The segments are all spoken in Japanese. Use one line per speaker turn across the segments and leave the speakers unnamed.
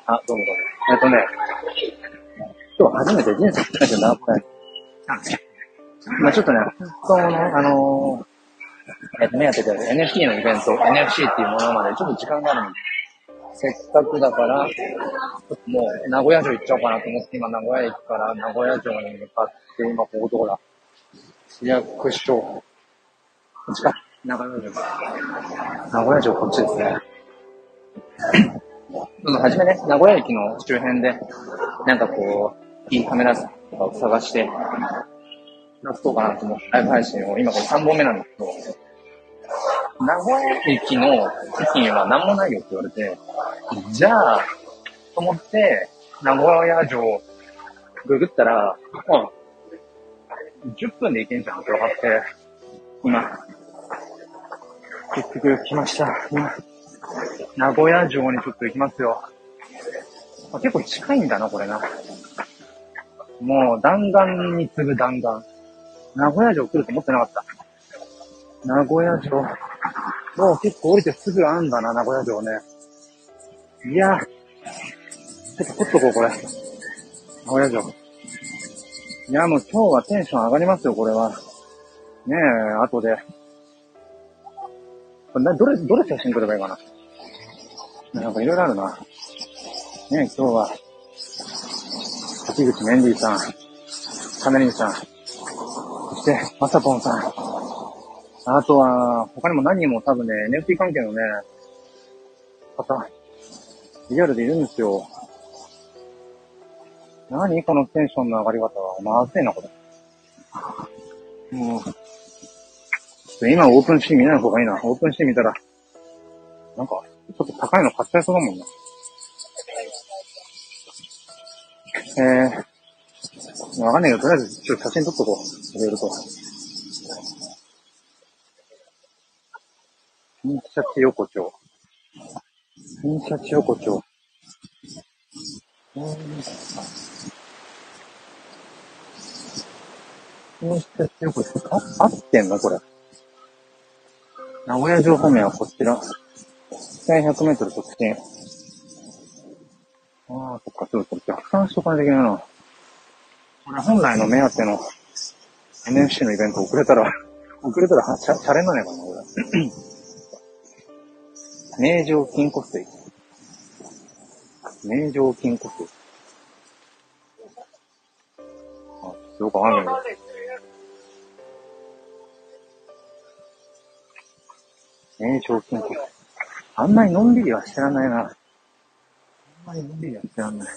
あ、どうもどうも。今日初めて人生初めて名古屋に来たんですよ。まあちょっとね、本当の、目当てである NFT のイベント、NFC っていうものまでちょっと時間があるので、せっかくだから、もう名古屋城行っちゃおうかなと思って、今名古屋駅から名古屋城に向かって、今ここだ。市役所。こっちか。名古屋城。名古屋城こっちですね。はじめね、名古屋駅の周辺で、なんかこう、いいカメラとかを探して、出そうかなと思って、ライブ配信を、今これ3本目なんですけど、名古屋駅の付近は何もないよって言われて、じゃあ、と思って、名古屋城ググったら、10分で行けんじゃんって分かって、今、結局来ました。名古屋城にちょっと行きますよ。結構近いんだな、これな。もう弾丸に次ぐ弾丸。名古屋城来ると思ってなかった。名古屋城。もう結構降りてすぐあんだな、名古屋城ね。いやちょっと撮っとこう、これ。名古屋城。いや、もう今日はテンション上がりますよ、これは。ねえ、後で。どれ写真撮ればいいかな。なんかいろいろあるな。ねえ、今日は、滝口メンディーさん、カメリンさん、そして、まさぽんさん。あとは、他にも何人も多分ね、NFT 関係のね、方、リアルでいるんですよ。何このテンションの上がり方は。まずいな、これ。もう、今オープンシーン見ない方がいいな。オープンシーン見たら、なんか、ちょっと高いの買っちゃいそうだもんな。わかんないけど、とりあえず、ちょっと写真撮っとこう。いろいろと。新シャチ横丁。新シャチ横丁。新シャチ横丁。合ってんのこれ。名古屋城方面はこちら。1100メートル直進。そっか、そう逆算しとかないといけないな。これ本来の目当ての NFC のイベント遅れたらシャレにならないかな、これ。名城金庫水。名城金庫水。よくわかんないけど。名城金庫水。あんまりのんびりはしてらんないな。あんまりのんびりはしてらんない。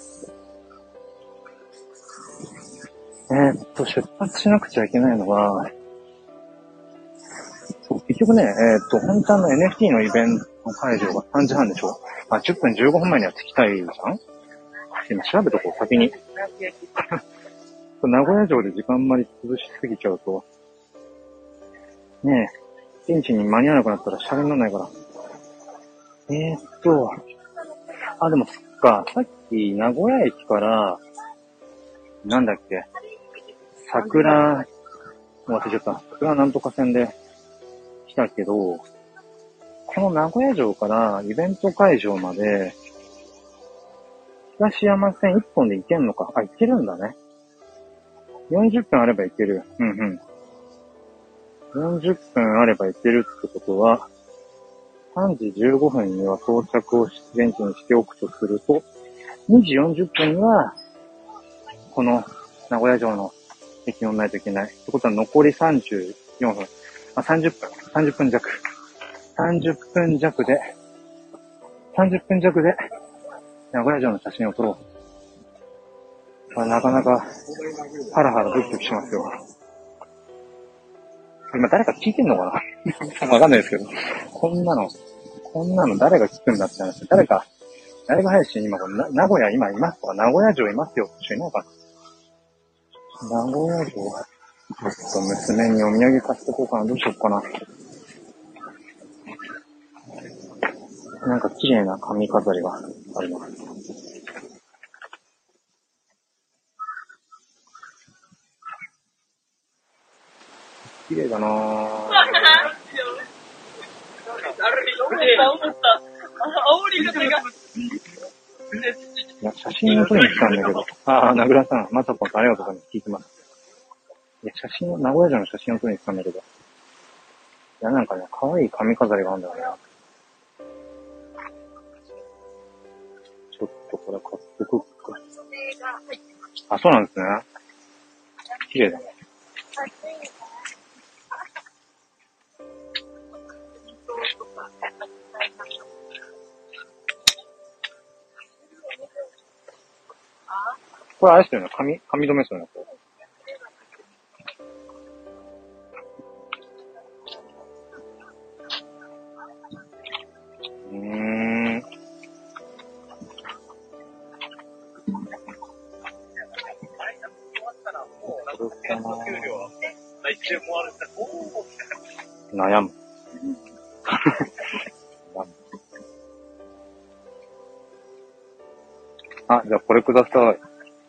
出発しなくちゃいけないのは、そう、結局ね、本当の NFT のイベントの会場が3時半でしょ。10分15分前には着きたいじゃん。今調べとこう、先に。名古屋城で時間あんまり潰しすぎちゃうと、ねえ、現地に間に合わなくなったらシャレにならないから。でもそっか、さっき名古屋駅から、なんだっけ、もう忘れちゃった。桜なんとか線で来たけど、この名古屋城からイベント会場まで、東山線1本で行けんのか。行けるんだね。40分あれば行ける。40分あれば行けるってことは、3時15分には到着を現地にしておくとすると、2時40分には、この名古屋城の駅に乗らないといけない。ってことは残り34分。30分弱。30分弱で、名古屋城の写真を撮ろう。これなかなか、ハラハラドキドキしますよ。今誰か聞いてんのかなわかんないですけど。こんなの誰が聞くんだって話。誰かライブ配信今、名古屋今いますとか、名古屋城いますよって人いないかな。名古屋城、ちょっと娘にお土産買ってこうかな。どうしようかな。なんか綺麗な髪飾りがあるな。綺麗だなぁ。 真を撮りに来たんだけど。ああ、名倉さん、まさぽんさんありがとうございます。聞いてます。いや、名古屋城の写真を撮りに来たんだけど。いや、なんかね、可愛い髪飾りがあるんだよね。ちょっとこれ買ってくっか。あ、そうなんですね。綺麗だね。これあれですよね。髪留めですよね。悩む。あ、じゃあこれください。はい、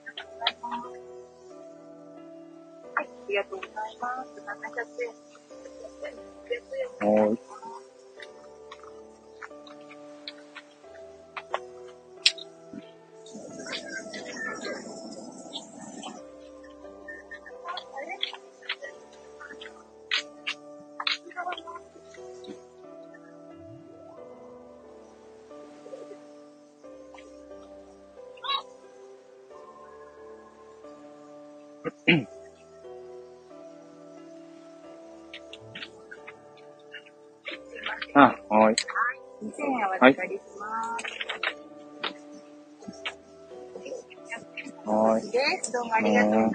ありがとうございます。
はい。あ、はい。
2000円お預かりします。
はい。
です。どうもありがとうございます。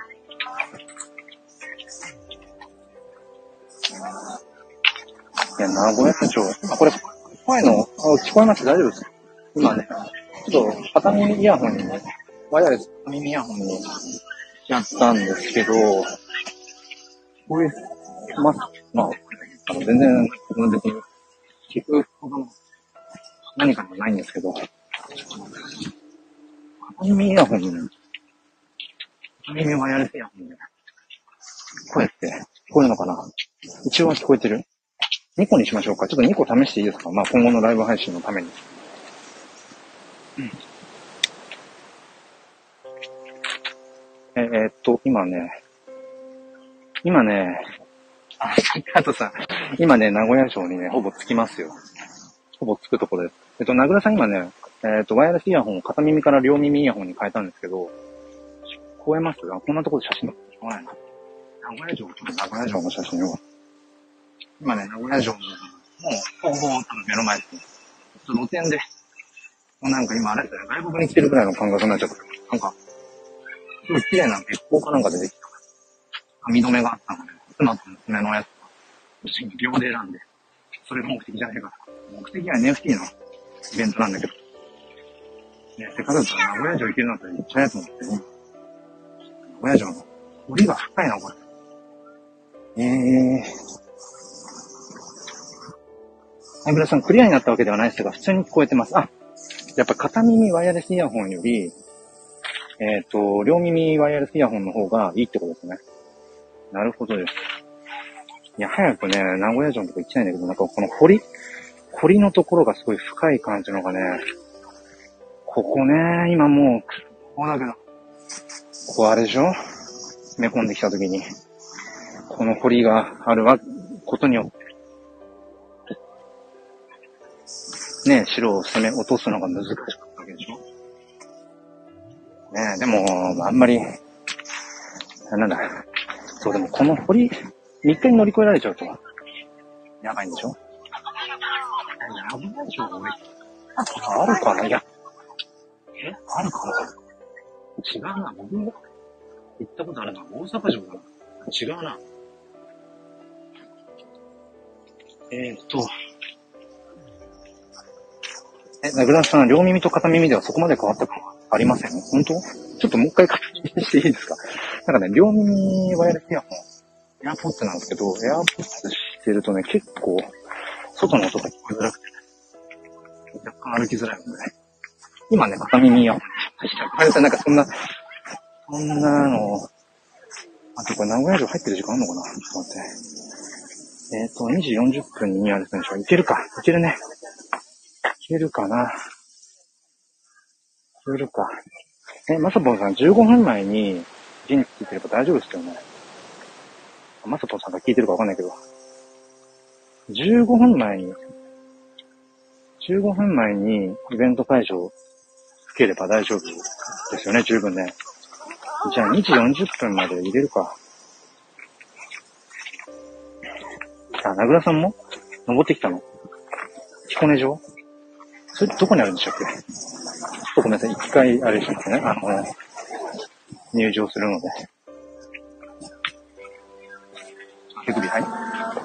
いや、名古屋城。あ、これ、前の、聞こえます？大丈夫ですか？今ね、ちょっと、片耳イヤホンにね、ワイヤレス片耳イヤホンにやったんですけど、こういう、まあ、全然、別に、聞くほどの何かもないんですけど、片耳イヤホンに、片耳ワイヤレスイヤホンに、声って聞こえるのかな？一応は聞こえてる？2個にしましょうか。ちょっと2個試していいですか？まあ今後のライブ配信のために。今ね、あとさ、今ね、名古屋城にね、ほぼ着きますよ。ほぼ着くところです。名倉さん今ね、ワイヤレスイヤホンを片耳から両耳イヤホンに変えたんですけど、聞こえます？こんなところで写真撮って聞こえないな。名古屋城と名古屋城の写真を。今ね、名古屋城の、もう、ほぼ多分目の前ですね。ちょっと露店で、もうなんか今あれですね、外国に来てるぐらいの感覚になっちゃった。なんか、すごい綺麗な月光かなんかでできた。髪留めがあったので、妻と娘のやつが、秒で選んで、それが目的じゃないかな。目的は NFT のイベントなんだけど、ね、せっかくだったら名古屋城行けるんだったら行っちゃえと思って、ね、名古屋城の堀が深いな、これ。はい、ブラさん、クリアになったわけではないですが、普通に聞こえてます。あ、やっぱ片耳ワイヤレスイヤホンより、両耳ワイヤレスイヤホンの方がいいってことですね。なるほどです。いや、早くね、名古屋城のとこ行きたいんだけど、なんかこの堀のところがすごい深い感じのがね、ここね、今もう、こうだけど、ここあれでしょ？め込んできたときに、この堀があることによって、ね、城を攻め落とすのが難しかったわけでしょ？ね、でも、あんまり、なんだ、そう、でもこの堀、3日に乗り越えられちゃうと、やばいんでしょ？やばいでしょ、俺。あるかな？いや、あるかな？違うな、僕も行ったことあるな。大阪城かな？違うな。名倉さん、両耳と片耳ではそこまで変わったかありません？本当？ちょっともう一回確認していいですか？なんかね、両耳ワイヤレスイヤホン、エアポッツなんですけど、エアポッツしてるとね、結構、外の音が聞こえづらくて、若干歩きづらいので、ね、今ね、片耳イヤホンにしちゃう。ごめんなさい、なんかそんなの、あとこれ名古屋城入ってる時間あんのかな？ちょっと待って。2時40分にある選手はいけるか。いけるね。いけるかな。いけるか。 まさぽんさん15分前にジン聞いてれば大丈夫ですよね。まさぽんさんが聞いてるかわかんないけど。15分前にイベント会場つければ大丈夫ですよね、十分ね。じゃあ2時40分まで入れるか。あ、名倉さんも登ってきたの？彦根城？それどこにあるんでしたっけ？ちょっとごめんなさい、一回あれしますね。入場するので。手首、はい。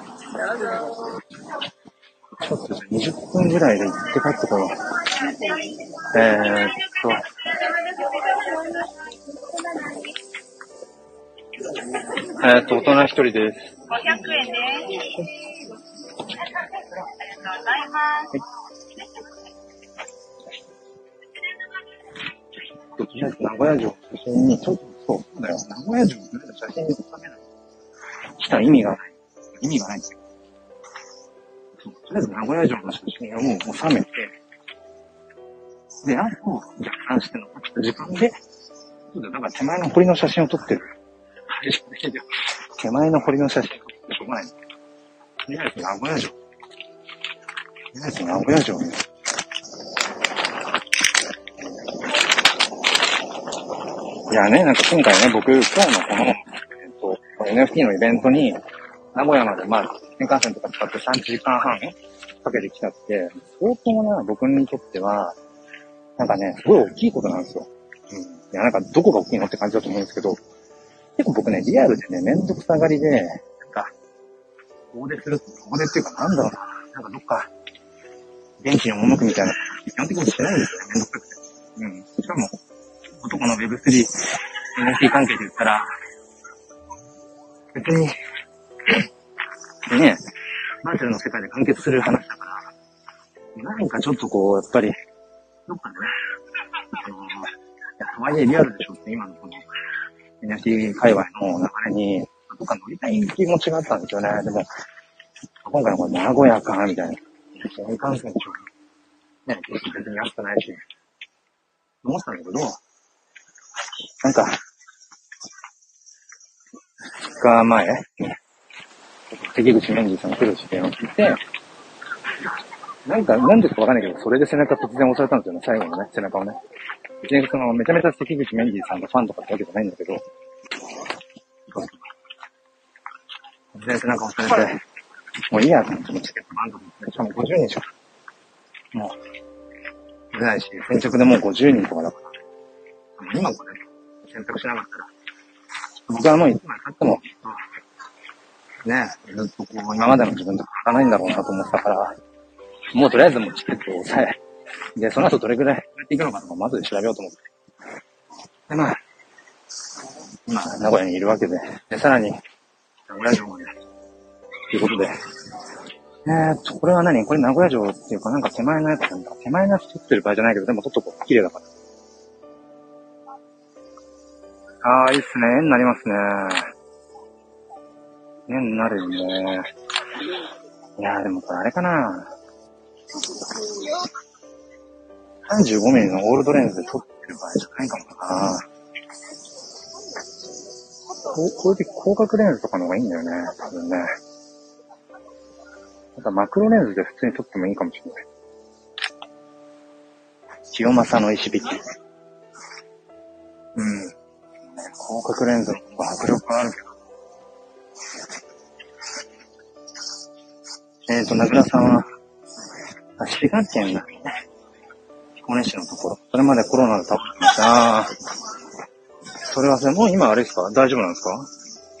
ちょっと20分ぐらいで行って帰ってこよう。大人一人です。500円です。
ありがとうございます。
とりあえず名古屋城の写真に、ちょっとそうだよ。名古屋城の写真に収めない。来た意味がない。意味がないんですよ。とりあえず名古屋城の写真をもう収めて、で、あと、若干して残った時間で、なんか手前の堀の写真を撮ってる。手前の堀の写真を撮ってしょうがない。とりあえず名古屋城。いやね、なんか今回ね、僕、今日のこの、NFT のイベントに、名古屋まで、新幹線とか使って3時間半かけてきたって、相当な僕にとっては、なんかね、すごい大きいことなんですよ。いや、なんかどこが大きいのって感じだと思うんですけど、結構僕ね、リアルでね、めんどくさがりで、なんか、遠出っていうかなんだろうな、なんかどっか、現地に赴くみたいな、基本的にしてないんですよね、めんどくさくて。しかも、男の Web3、NFT 関係で言ったら、別に、ね、バーチャルの世界で完結する話だから、なんかちょっとこう、やっぱり、どっかでね、とはいえリアルでしょって今のこの NFT 界隈の流れに、どっか乗りたい気持ちがあったんですよね。でも、今回のこれ名古屋か、みたいな。新幹線でしょ。ね、別に安くないし、思ってたんだけど、なんか、2日前、関口メンディーさんが来るっていうのを聞いて、なんでかわかんないけど、それで背中突然押されたんですよね、最後のね、背中をね。別にめちゃめちゃ関口メンディーさんがファンとかってわけじゃないんだけど、突然背中押されて、もういいやと思ってチケットバンドで、しかも50人しか、もう、出ないし、先着でもう50人とかだから、今これ、選択しなかったら、僕はもういつまで経っても、ね、ずっとこう、今までの自分と変わらないんだろうなと思ってたから、もうとりあえずもうチケットを抑え、で、その後どれぐらいやっていくのかとか、まずで調べようと思って。で、今、名古屋にいるわけで、で、さらに、名古屋城まで、ということで、これは何？これ名古屋城っていうか、なんか手前のやつなんだ。手前のやつ撮ってる場合じゃないけど、でもちょっとこう、綺麗だから。いいっすね。絵になりますね。絵になるよね。いやでもこれあれかな。35mm のオールドレンズで撮ってる場合じゃないかもな。こういう広角レンズとかの方がいいんだよね、多分ね。なんかマクロレンズで普通に撮ってもいいかもしれない。清正の石引き。広角レンズの方が迫力があるけど。名倉さんは、滋賀県だね。彦根市のところ。それまでコロナで倒れてました。それはもう今あれですか？大丈夫なんですか？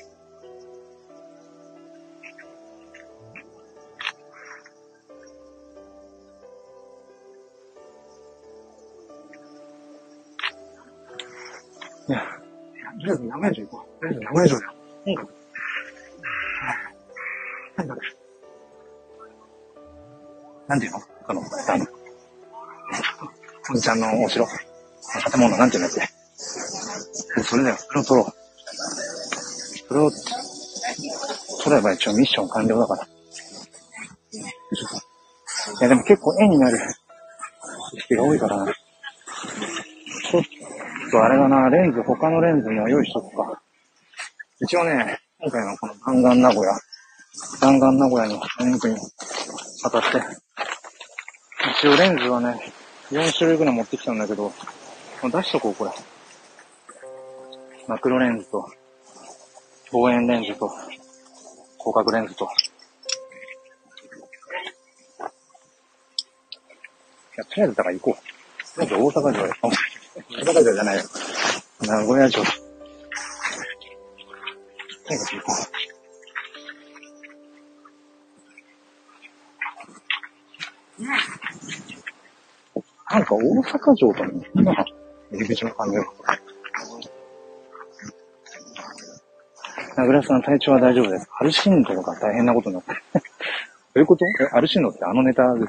いや、とりあえず名古屋城行こう。とりあえず名古屋城だよ。とにかく。なんていうの？おじちゃんのお城。建物なんていうんだっけ？それだよ。それを取ろう。それを取れば一応ミッション完了だから。いやでも結構絵になる意識が多いからな。 とあれだな、他のレンズも用意しとくか。一応ね、今回のこの弾丸名古屋のレンズに当たって、一応レンズはね、4種類ぐらい持ってきたんだけど、出しとこう、これ。マクロレンズと、望遠レンズと、広角レンズと。とりあえずだから行こう。とりあえず大阪城へ。大阪城じゃないよ。名古屋城。とにかく行こう。なんか大阪城かな入り口の感じが。名倉さん体調は大丈夫です。アルシンドが大変なことになって。どういうこと？アルシンドってあのネタです。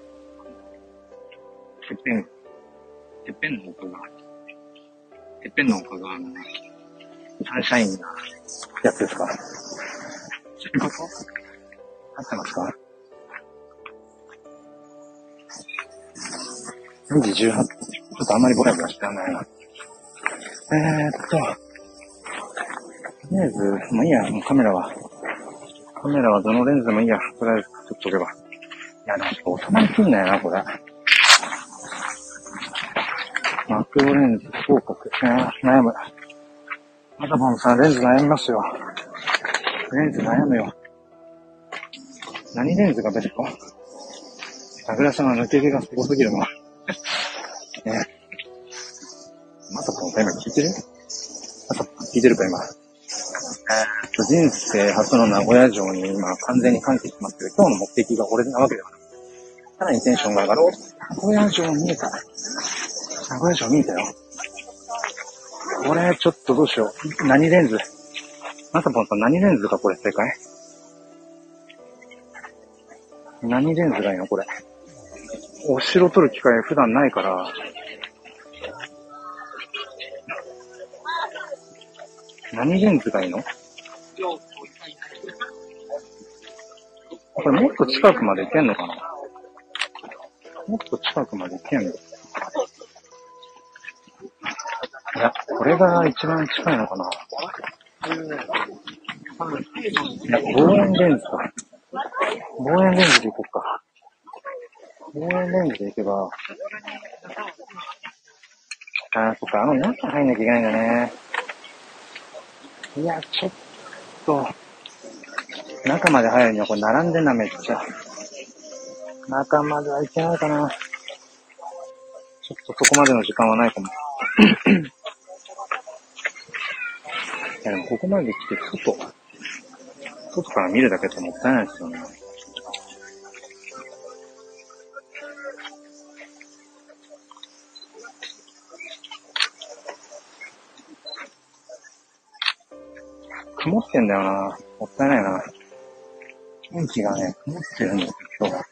てっぺんの丘がサンシャインなやつですか？そういうこと？合ってますか？2時18分。ちょっとあんまりぼやぼやしてらんないな。とりあえず、もういいや、もうカメラはどのレンズでもいいや。とりあえず撮っとけば。いや、でもちょっと収まりきんないな、これ。マクロレンズ、広角。悩む。またボンさん、レンズ悩みますよ。レンズ悩むよ。何レンズがベスト？名倉さんは抜け毛がすごすぎるな。まさかのタイム聞いてる？まさか聞いてるか今。人生初の名古屋城に今完全に歓喜してますけど、今日の目的が俺なわけではない。さらにテンションが上がろう。名古屋城見えた。名古屋城見えたよ。これちょっとどうしよう。何レンズ？まさぽんさん何レンズかこれ正解？何レンズがいいのこれ。お城撮る機会普段ないから。何レンズがいいの？これもっと近くまで行けんのかな？もっと近くまで行けんの？いや、これが一番近いのかな？いや、望遠レンズか。望遠レンズで行こうか。望遠レンズで行けば。そっか、中入んなきゃいけないんだね。いや、ちょっと、中まで入るにはこれ並んでんな、めっちゃ。中までは行けないかな。ちょっとそこまでの時間はないかも。いや、でもここまで来て外から見るだけってもったいないですよね。曇ってんだよな。もったいないな。天気がね、曇ってるんですよ、今日。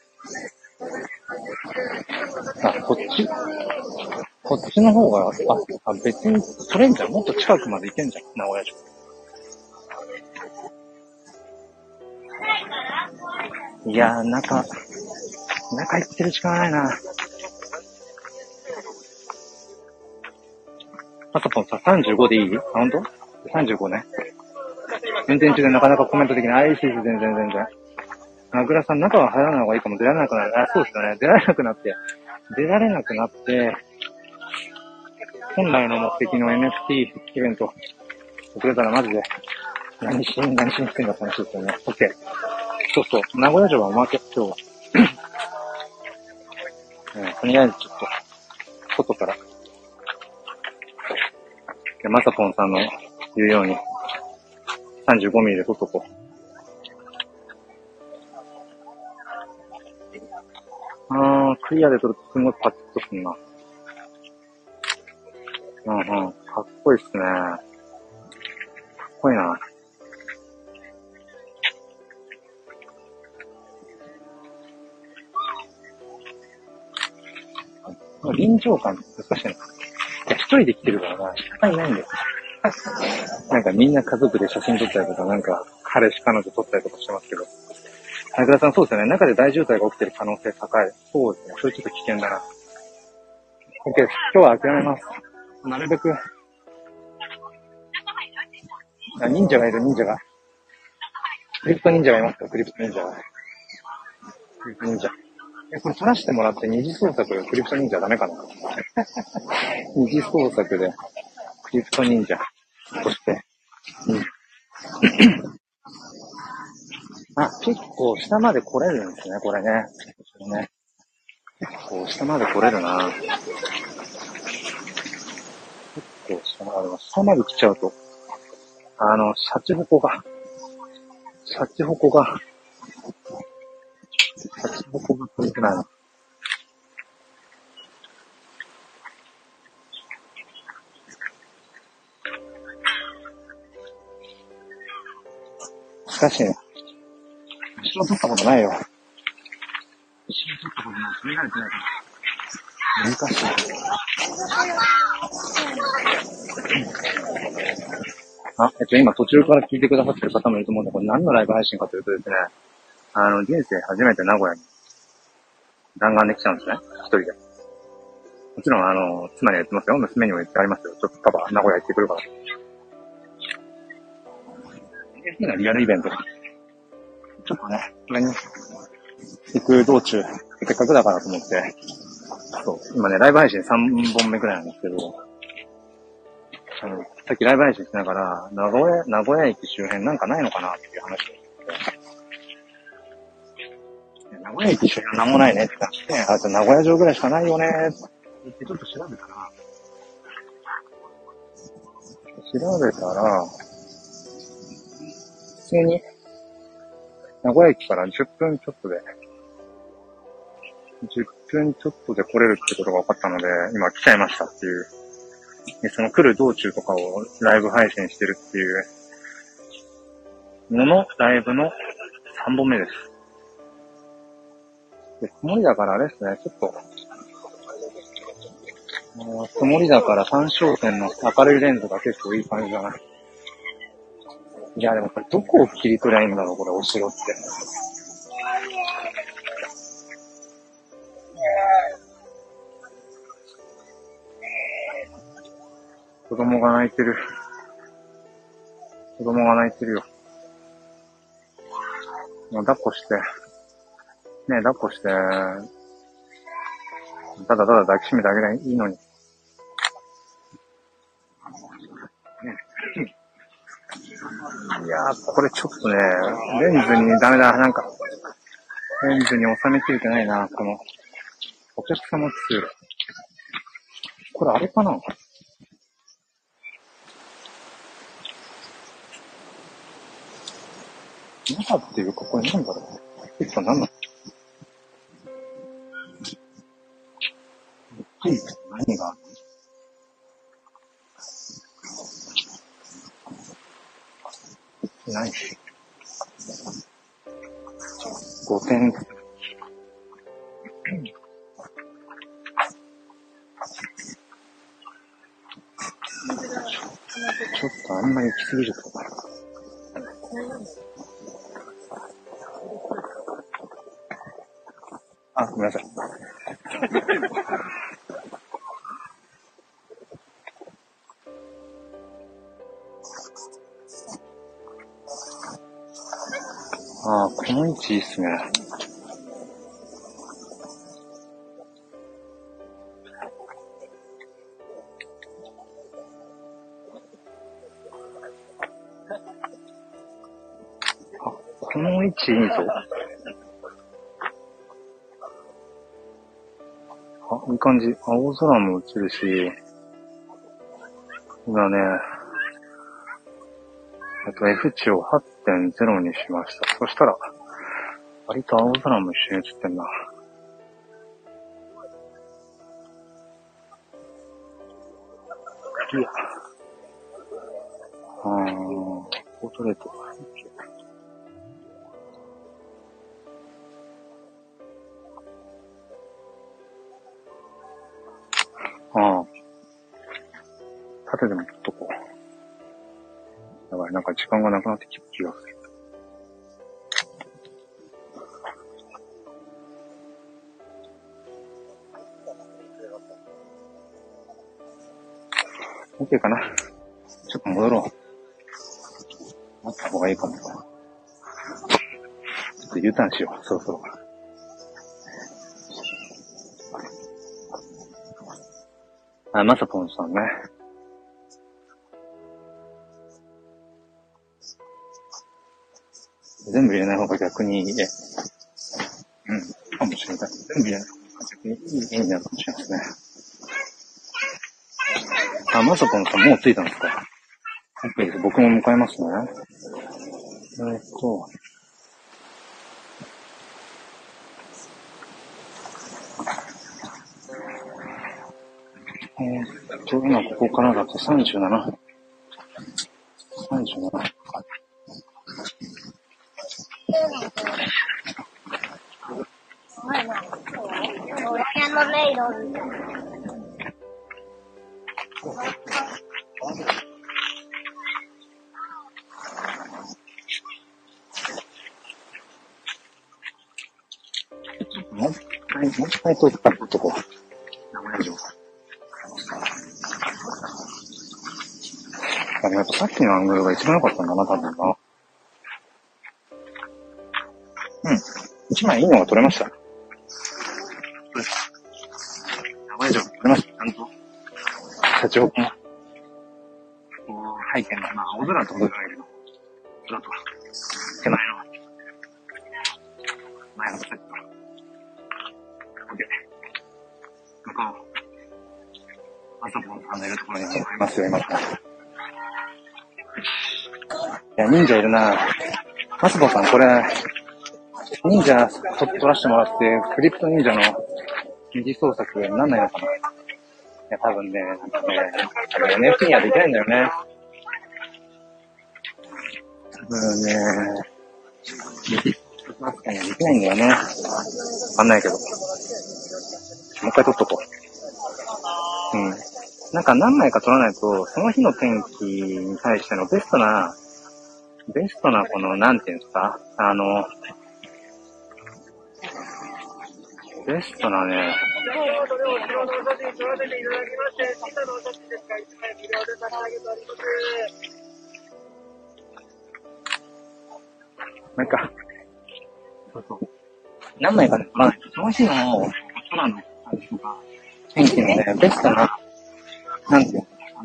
こっちの方が、別に取れんじゃん。もっと近くまで行けんじゃん、名古屋城。いやー、中行ってる時間ないな。まさぽんさ、35でいい？ほんと？ 35 ね。運転中でなかなかコメントできない。全然。名倉さん、中は入らない方がいいかも。出られなくなる。そうですよね。出られなくなって、本来の目的の NFT イベント、遅れたらマジで、何しに来てんだって話ですよね。OK。そう。名古屋城はおまけ、今日は。とりあえずちょっと、外から。まさぽんさんの言うように、35ミリで撮っとこう。クリアで撮るとすごいパッとすんな。かっこいいっすね。かっこいいな。臨場感難しいな。いや、一人で来てるからな、下いないんだよ。なんかみんな家族で写真撮ったりとか、なんか彼氏彼女撮ったりとかしてますけど。名倉さんそうですよね。中で大渋滞が起きてる可能性高い。そうですね。それちょっと危険だな。OK です。今日は諦めます。 なるべく、忍者がいる、忍者が。クリプト忍者がいますよ、クリプト忍者が。クリプト忍者。これ取らせてもらって二次創作でクリプト忍者ダメかな二次創作でクリプト忍者として。あ、結構下まで来れるんですね、これね。結構下まで来れるな。結構下まで来ちゃうと、シャチホコが取れてないな。難しいね。後ろ取ったことないよ。後ろ取ったことない。それ慣れてないから。難しい。今途中から聞いてくださってる方もいると思うんで、これ何のライブ配信かというとですね、人生初めて名古屋に弾丸で来ちゃうんですね。一人で。もちろん、妻には言ってますよ。娘にも言ってありますよ。ちょっとパパ、名古屋行ってくるから。NFT のリアルイベント。ちょっとね、これに行く道中、せっかくだからと思って、そう、今ね、ライブ配信3本目くらいなんですけど、さっきライブ配信しながら、名古屋駅周辺なんかないのかなっていう話をして、名古屋駅周辺なんもないねってなって、じゃあ名古屋城ぐらいしかないよねって言ってちょっと調べたら、普通に、名古屋駅から10分ちょっとで来れるってことが分かったので、今来ちゃいましたっていう。で、その来る道中とかをライブ配信してるっていうののライブの3本目です。で、曇りだからあれですね、ちょっと、曇りだから単焦点の明るいレンズが結構いい感じだな。いや、でもこれどこを切り取りゃいいんだろう、これ、お城って。子供が泣いてるよ。もう抱っこして、ただただ抱きしめてあげればいいのに。いやー、これちょっとね、レンズにダメだ、レンズに収めきれてないな、この、お客様通路。これあれかな？中っていうか、これなんだろう？何なの？はい、何がある？ないし。5点。ちょっとあんまり行き過ぎると。あ、ごめんなさい。この位置いいっすね。この位置いいぞ。いい感じ。青空も映るし、今ね、F 値を 8.0 にしました。そしたら、割と青空も一緒に映ってんな。いや。ポートレート。縦でも撮っとこう。やばい、なんか時間がなくなってきた気がする。 OK かな。ちょっと戻ろう。待った方がいいかも。ちょっと U ターンしよう。そろそろ。あ、まさぽんさんね。全部入れない方が逆にいいね。かもしれない。全部入れない方が逆にいい絵になるかもしれないですね。あ、まさぽんさんもう着いたんですか？ OK です。僕も向かいますね。今ここからだと37分。37分。もう一回遠くから撮っとこう。名古屋城。やっぱさっきのアングルが一番良かったんだな、多分な。一枚いいのが撮れました。名古屋城撮れました。ちゃんと。社長も。背景の、青空とかじゃないけど、空とか、手前の、前のセット。OK。向こう、まさぽんさんのいるところにいますよ、今。いや、忍者いるな。まさぽんさん、これ、忍者撮らせてもらって、クリプト忍者の二次創作になんないのかな。いや、多分ね、NFT にはできないんだよね。多分ね、扱いにはできないんだよね。わかんないけど。もう一回撮っとこう。なんか何枚か撮らないと、その日の天気に対してのベストなこの、なんていうんですか、ベストなね、まあ、いいか。そう。何枚かね、その日の空の感じとか、天気のね、ベストな、なんていうの、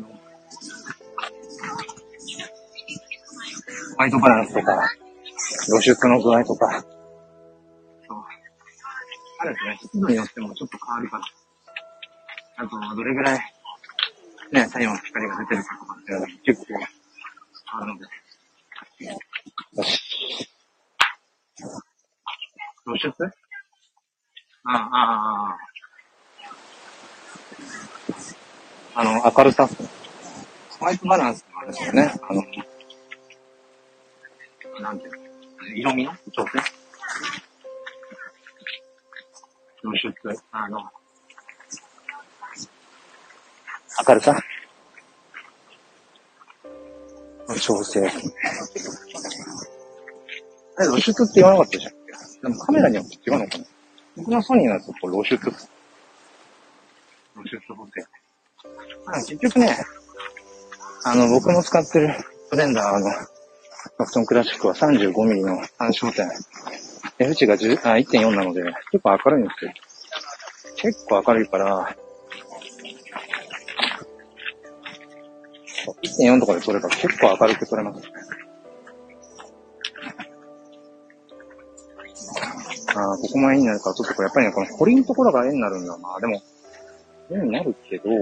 ホワイトバランスとか、露出の具合とか、そう。あるんですね。湿度によってもちょっと変わるから。あと、どれぐらい、ね、太陽の光が出てるかとかっていうのが結構変わるので。よし。露出？明るさ。ホワイトバランスもあるんですよね。なんていうの？色味の調整？露出。明るさ？調整。露出って言わなかったじゃん。でもカメラによって違うのかな。僕のソニーのやつは露出補正。結局ね、僕の使ってるブレンダーのファクションクラシックは 35mm の単焦点。F 値が1.4 なので、結構明るいんですよ。結構明るいから、1.4 とかで撮れば結構明るく撮れます。ここも絵になるから、ちょっとこれやっぱりね、この彫りのところが絵になるんだな。でも、絵になるけど、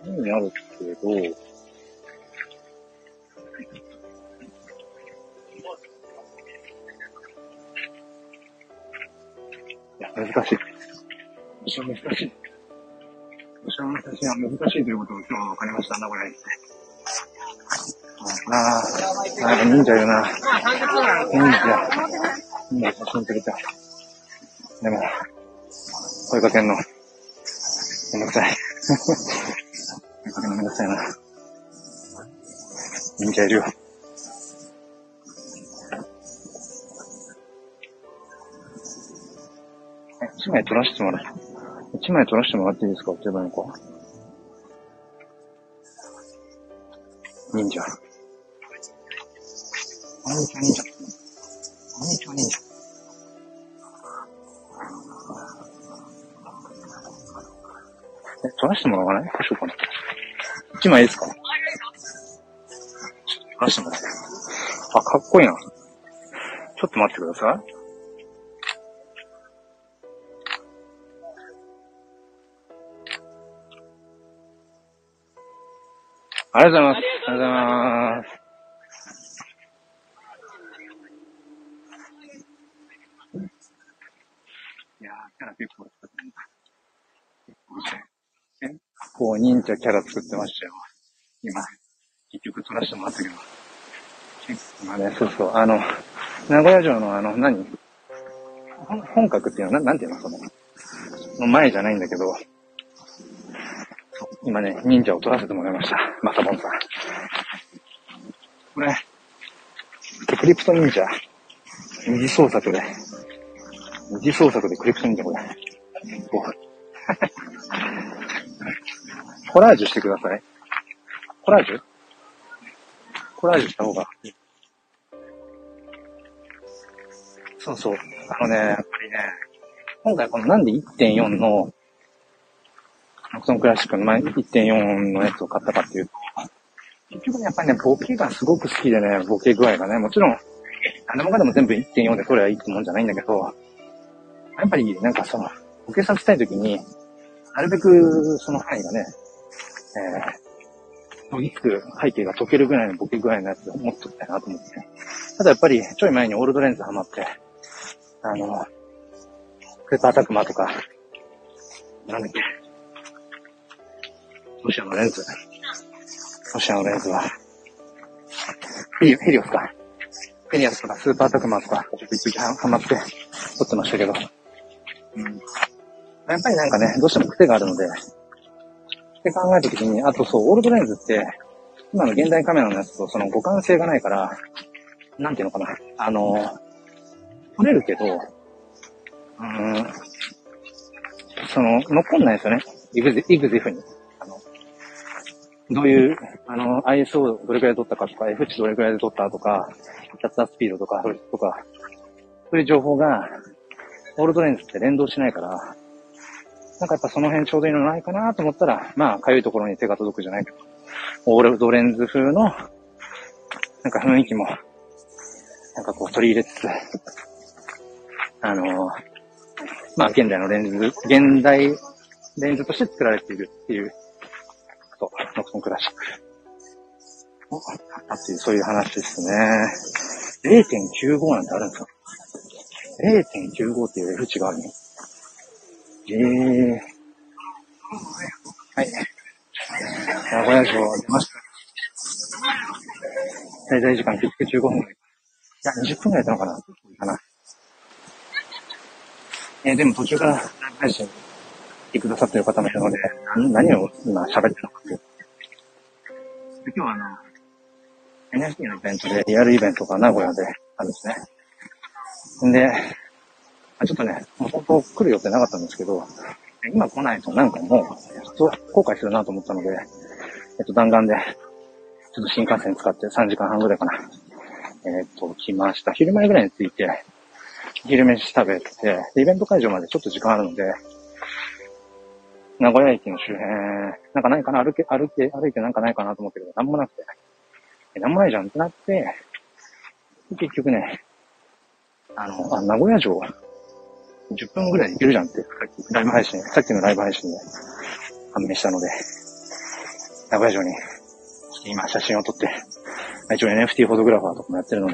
いや、難しい。難しいということを今日は分かりましたな、これ。忍者いるな。忍者写真撮りたい。でも、声かけんの、めんどくさい。声かけんのめんどくさいな。忍者いるよ。1枚撮らせてもらっていいですかって言えばいいのか。 忍者。こんにちは忍者。こんにちは忍者。撮らせてもらわない？どうしようかな。1枚いいですか？ちょっと撮らせてもらって。あ、かっこいいな。ちょっと待ってください。ありがとうございます。ありがとうございます。いやー、キャラ結構作ってるんだ。結構忍者キャラ作ってましたよ。今、結局撮らせてもらったけど。今ね、そうそう、名古屋城の本格っていうのは、なんていうのの前じゃないんだけど、今ね、忍者を撮らせてもらいました。マサボンさん。これ、クリプト忍者。二次創作でクリプト忍者これ。コラージュしてください。コラージュした方がいい。そうそう。やっぱりね、今回このなんで 1.4 のノクソンクラシックの 1.4 のやつを買ったかっていうと、結局ね、やっぱりね、ボケがすごく好きでね、ボケ具合がね、もちろん、何でもかでも全部 1.4 で取ればいいってもんじゃないんだけど、やっぱりなんかボケさせたいときに、なるべくその範囲がね、背景が溶けるぐらいのボケ具合のやつを持っときたいなと思って。ただやっぱり、ちょい前にオールドレンズハマって、ペーパータクマとか、なんだっけ、ロシアのレンズは、ヘリオスとかスーパータクマとか、ちょっと一時ハマって撮ってましたけど、やっぱりなんかね、どうしても癖があるので、って考えたときに、あとそう、オールドレンズって、今の現代カメラのやつとその互換性がないから、なんていうのかな、撮れるけど、残んないですよね。イグゼフに。どういう、ISO どれくらいで撮ったかとか、F 値どれくらいで撮ったとか、キャッチャースピードとか、そういう情報が、オールドレンズって連動しないから、なんかやっぱその辺ちょうどいいのないかなと思ったら、まあ、かゆいところに手が届くじゃないけど、オールドレンズ風の、なんか雰囲気も、なんかこう取り入れつつ、まあ、現代レンズとして作られているっていう、そう、ノクソンクラシックを買ったっていう、そういう話ですね。0.95 なんてあるんですか？ 0.95 っていう F 値があるの？はい。名古屋城出ました。滞在時間結局15分。いや、20分くらいだったのかな。でも途中からライブ配信来てくださっている方もいるので、何を今喋ってるのかっていう。今日はNFT のイベントで、リアルイベントが名古屋であるんですね。んで、ちょっとね、本当来る予定なかったんですけど、今来ないとなんかもう、後悔するなと思ったので、弾丸で、ちょっと新幹線使って3時間半ぐらいかな。来ました。昼前ぐらいに着いて、昼飯食べて、イベント会場までちょっと時間あるので、名古屋駅の周辺、なんかないかな、歩いてなんかないかなと思ったけど、なんもなくて、なんもないじゃんってなって、結局ね、名古屋城、10分ぐらいで行けるじゃんって、さっきのライブ配信で判明したので、名古屋城に来て今写真を撮って、一応 NFT フォトグラファーとかもやってるので、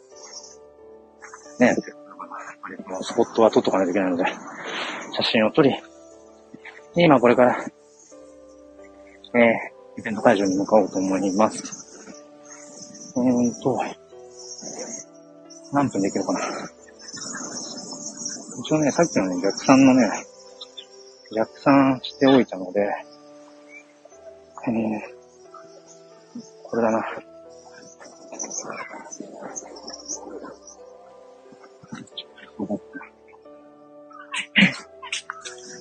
ね、スポットは撮っとかないといけないので、写真を撮り、今これから、イベント会場に向かおうと思います。何分できるかな。一応ね、さっきのね、逆算しておいたので、これだな。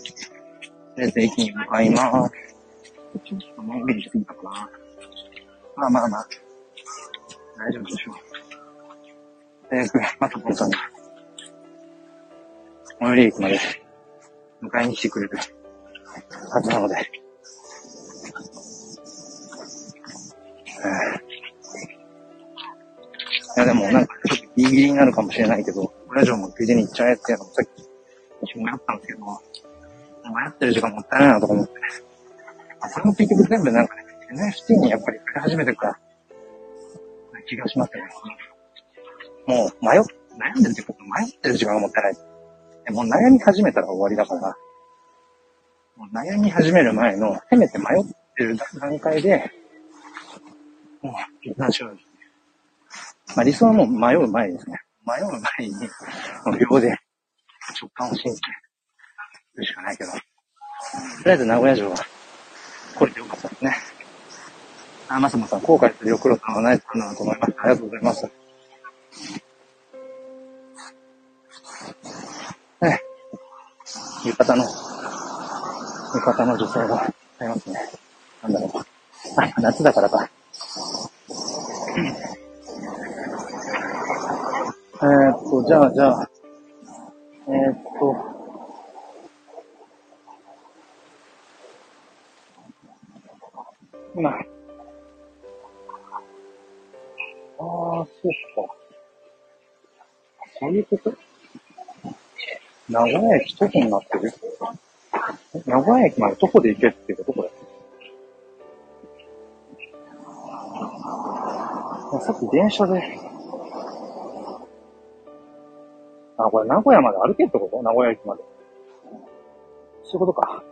で、駅に向かいます。ちょっとのんびりしてみたかな。 まあまあまあ、大丈夫でしょう。早く、また本当に、最寄り駅まで迎えに来てくれるはずなので、いやでもなんかちょっとギリギリになるかもしれないけど、これ以上もついでに行っちゃえっていうのもさっき迷ったんですけど、迷ってる時間もったいないなとか思って、それも結局全部なんかね、NFT にやっぱり触れ始めてから気がしますよね。もう悩んでるってこと迷ってる時間がもったいない。もう悩み始めたら終わりだから、もう悩み始める前の、せめて迷ってる段階で、もう決断しよう。まあ理想はもう迷う前ですね。迷う前に、もう秒で直感を信じているしかないけど、とりあえず名古屋城は来れてよかったですね。まさまさん後悔するよ、黒さんはないかなと思います。ありがとうございます。ね、浴衣の女性がありますね。なんだろう。夏だからか。じゃあ、今、そうか。そういうこと？名古屋駅徒歩になってる？名古屋駅まで徒歩で行けっていうことこれ。さっき電車で、これ名古屋まで歩けってこと？名古屋駅まで。そういうことか。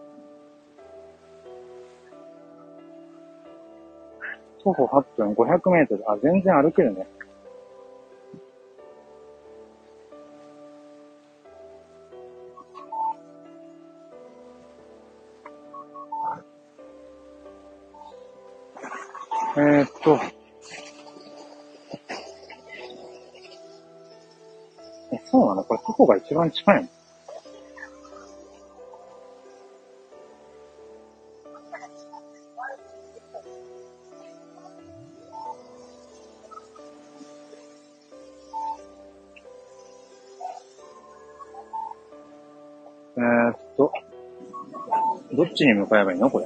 徒歩8分500メートル。全然歩けるね。そうなの？これ徒歩が一番近いの？どっちに向かえばいいのこれ。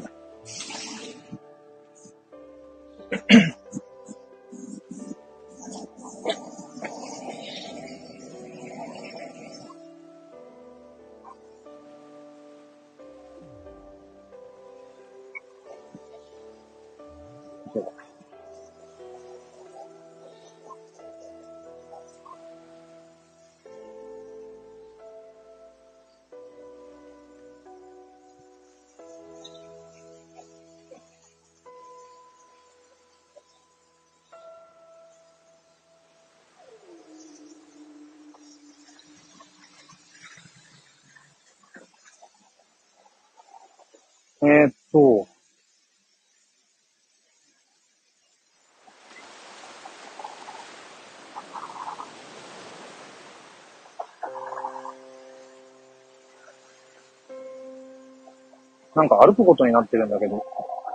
なんか歩くことになってるんだけど。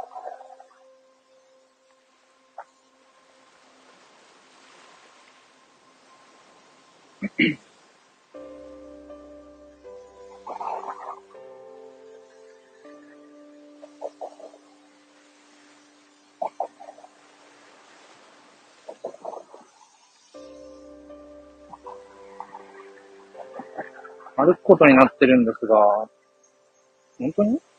歩くことになってるんですが、本当に？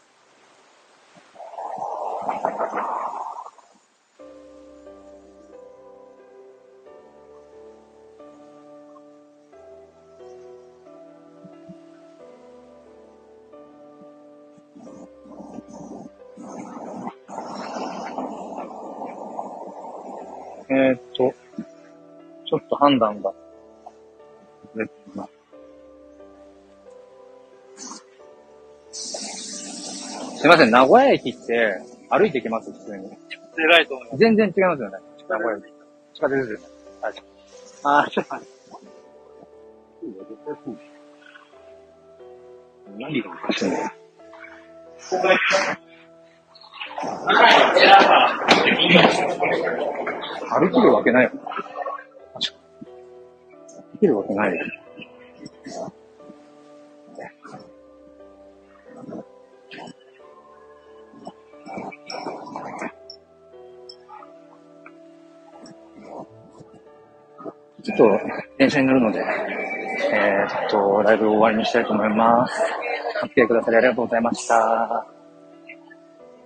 ちょっと判断が。すいません、名古屋駅って歩いて行けます？普通に。
偉いと思います。
全然違いますよね。名古屋駅。地下鉄ですよね。はい。ちょっと待って。何がおかしいんだよ。 歩けるわけないよ。歩けるわけないよ。ちょっと電車に乗るので、ライブを終わりにしたいと思います。お付き合いくださりありがとうございました。